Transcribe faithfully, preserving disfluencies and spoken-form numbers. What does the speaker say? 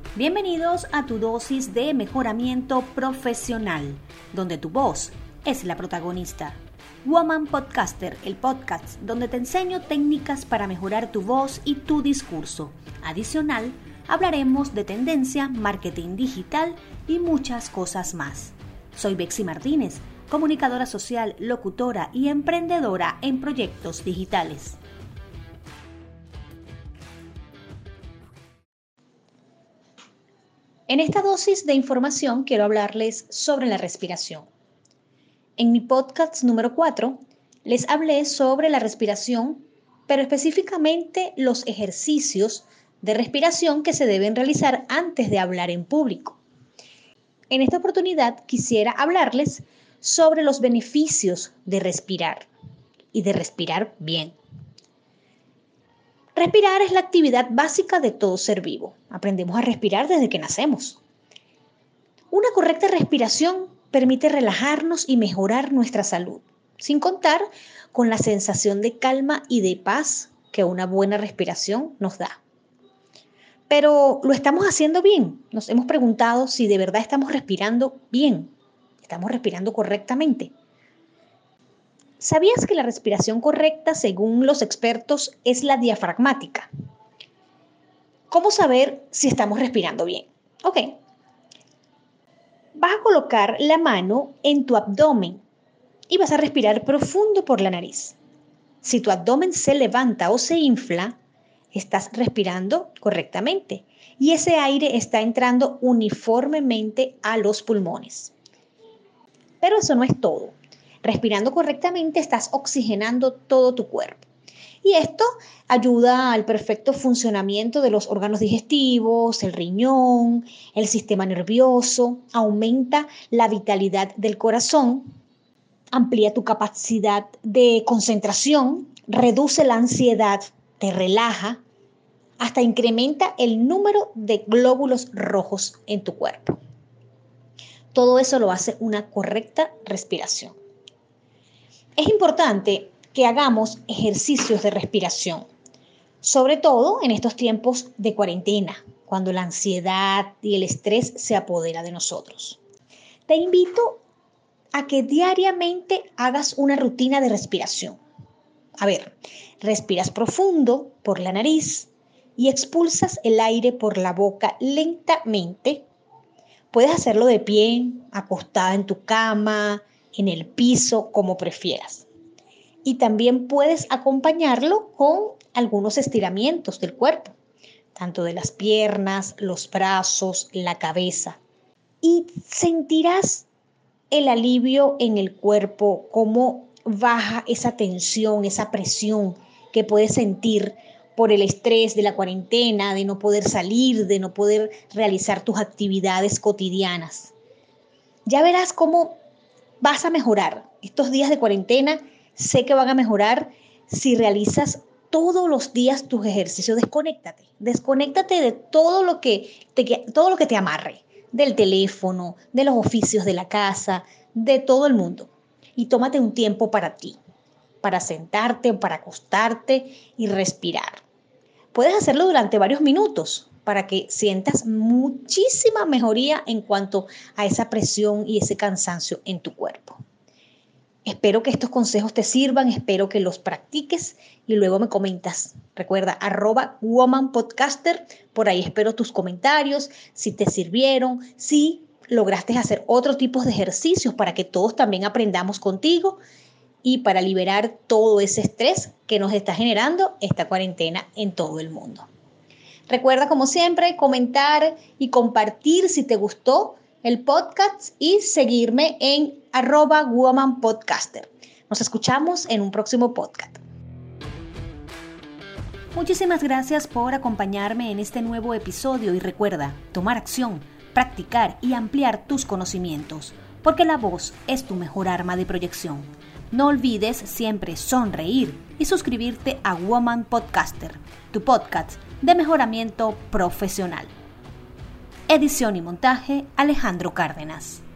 Bienvenidos a tu dosis de mejoramiento profesional, donde tu voz es la protagonista. Woman Podcaster, el podcast donde te enseño técnicas para mejorar tu voz y tu discurso. Adicional, hablaremos de tendencia, marketing digital y muchas cosas más. Soy Bexy Martínez, comunicadora social, locutora y emprendedora en proyectos digitales. En esta dosis de información quiero hablarles sobre la respiración. En mi podcast número cuatro les hablé sobre la respiración, pero específicamente los ejercicios de respiración que se deben realizar antes de hablar en público. En esta oportunidad quisiera hablarles sobre los beneficios de respirar y de respirar bien. Respirar es la actividad básica de todo ser vivo. Aprendemos a respirar desde que nacemos. Una correcta respiración permite relajarnos y mejorar nuestra salud, sin contar con la sensación de calma y de paz que una buena respiración nos da. Pero ¿lo estamos haciendo bien? Nos hemos preguntado si de verdad estamos respirando bien, estamos respirando correctamente. ¿Sabías que la respiración correcta, según los expertos, es la diafragmática? ¿Cómo saber si estamos respirando bien? Ok. Vas a colocar la mano en tu abdomen y vas a respirar profundo por la nariz. Si tu abdomen se levanta o se infla, estás respirando correctamente y ese aire está entrando uniformemente a los pulmones. Pero eso no es todo. Respirando correctamente estás oxigenando todo tu cuerpo. Y esto ayuda al perfecto funcionamiento de los órganos digestivos, el riñón, el sistema nervioso, aumenta la vitalidad del corazón, amplía tu capacidad de concentración, reduce la ansiedad, te relaja, hasta incrementa el número de glóbulos rojos en tu cuerpo. Todo eso lo hace una correcta respiración. Es importante que hagamos ejercicios de respiración, sobre todo en estos tiempos de cuarentena, cuando la ansiedad y el estrés se apodera de nosotros. Te invito a que diariamente hagas una rutina de respiración. A ver, respiras profundo por la nariz y expulsas el aire por la boca lentamente. Puedes hacerlo de pie, acostada en tu cama, en el piso, como prefieras. Y también puedes acompañarlo con algunos estiramientos del cuerpo, tanto de las piernas, los brazos, la cabeza. Y sentirás el alivio en el cuerpo, cómo baja esa tensión, esa presión que puedes sentir por el estrés de la cuarentena, de no poder salir, de no poder realizar tus actividades cotidianas. Ya verás cómo vas a mejorar. Estos días de cuarentena sé que van a mejorar si realizas todos los días tus ejercicios. Desconéctate. Desconéctate de todo lo que te, todo lo que te amarre. Del teléfono, de los oficios de la casa, de todo el mundo. Y tómate un tiempo para ti, para sentarte o para acostarte y respirar. Puedes hacerlo durante varios minutos para que sientas muchísima mejoría en cuanto a esa presión y ese cansancio en tu cuerpo. Espero que estos consejos te sirvan, espero que los practiques y luego me comentas. Recuerda, arroba Woman Podcaster, por ahí espero tus comentarios, si te sirvieron, si lograste hacer otros tipos de ejercicios para que todos también aprendamos contigo y para liberar todo ese estrés que nos está generando esta cuarentena en todo el mundo. Recuerda, como siempre, comentar y compartir si te gustó el podcast y seguirme en arroba Woman Podcaster. Nos escuchamos en un próximo podcast. Muchísimas gracias por acompañarme en este nuevo episodio y recuerda, tomar acción, practicar y ampliar tus conocimientos, porque la voz es tu mejor arma de proyección. No olvides siempre sonreír y suscribirte a Woman Podcaster, tu podcast de mejoramiento profesional. Edición y montaje, Alejandro Cárdenas.